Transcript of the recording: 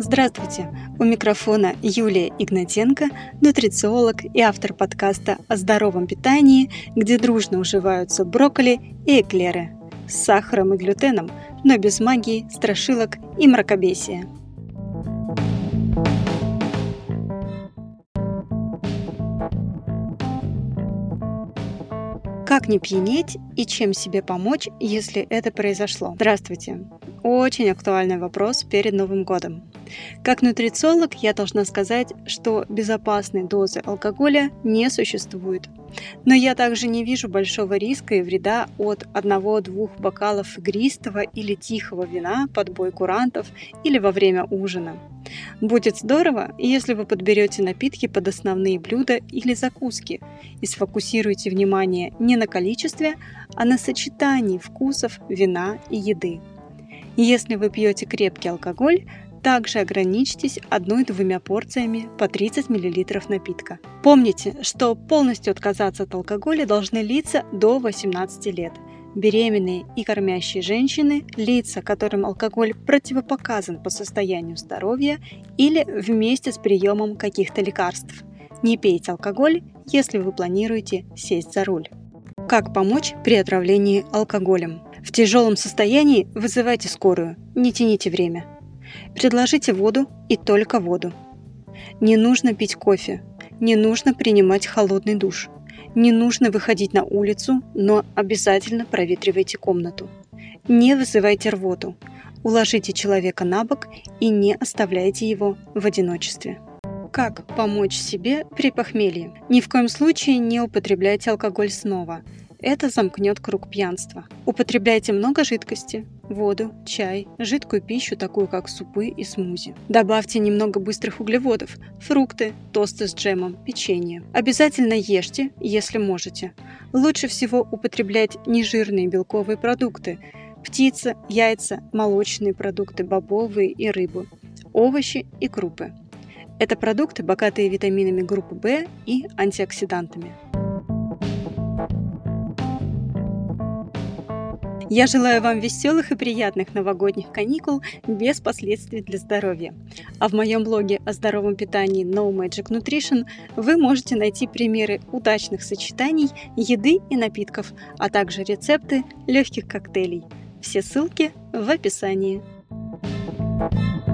Здравствуйте! У микрофона Юлия Игнатенко, нутрициолог и автор подкаста о здоровом питании, где дружно уживаются брокколи и эклеры с сахаром и глютеном, но без магии, страшилок и мракобесия. Как не пьянеть и чем себе помочь, если это произошло? Здравствуйте! Очень актуальный вопрос перед Новым годом. Как нутрициолог я должна сказать, что безопасной дозы алкоголя не существует. Но я также не вижу большого риска и вреда от 1-2 бокалов игристого или тихого вина под бой курантов или во время ужина. Будет здорово, если вы подберете напитки под основные блюда или закуски и сфокусируете внимание не на количестве, а на сочетании вкусов вина и еды. Если вы пьете крепкий алкоголь, также ограничьтесь 1-2 порциями по 30 мл напитка. Помните, что полностью отказаться от алкоголя должны лица до 18 лет. Беременные и кормящие женщины, лица, которым алкоголь противопоказан по состоянию здоровья или вместе с приемом каких-то лекарств. Не пейте алкоголь, если вы планируете сесть за руль. Как помочь при отравлении алкоголем? В тяжелом состоянии вызывайте скорую, не тяните время. Предложите воду и только воду. Не нужно пить кофе, не нужно принимать холодный душ, не нужно выходить на улицу, но обязательно проветривайте комнату. Не вызывайте рвоту, уложите человека на бок и не оставляйте его в одиночестве. Как помочь себе при похмелье? Ни в коем случае не употребляйте алкоголь снова. Это замкнет круг пьянства. Употребляйте много жидкости, воду, чай, жидкую пищу, такую как супы и смузи. Добавьте немного быстрых углеводов, фрукты, тосты с джемом, печенье. Обязательно ешьте, если можете. Лучше всего употреблять нежирные белковые продукты: птица, яйца, молочные продукты, бобовые и рыбу, овощи и крупы. Это продукты, богатые витаминами группы В и антиоксидантами. Я желаю вам веселых и приятных новогодних каникул без последствий для здоровья. А в моем блоге о здоровом питании No Magic Nutrition вы можете найти примеры удачных сочетаний еды и напитков, а также рецепты легких коктейлей. Все ссылки в описании.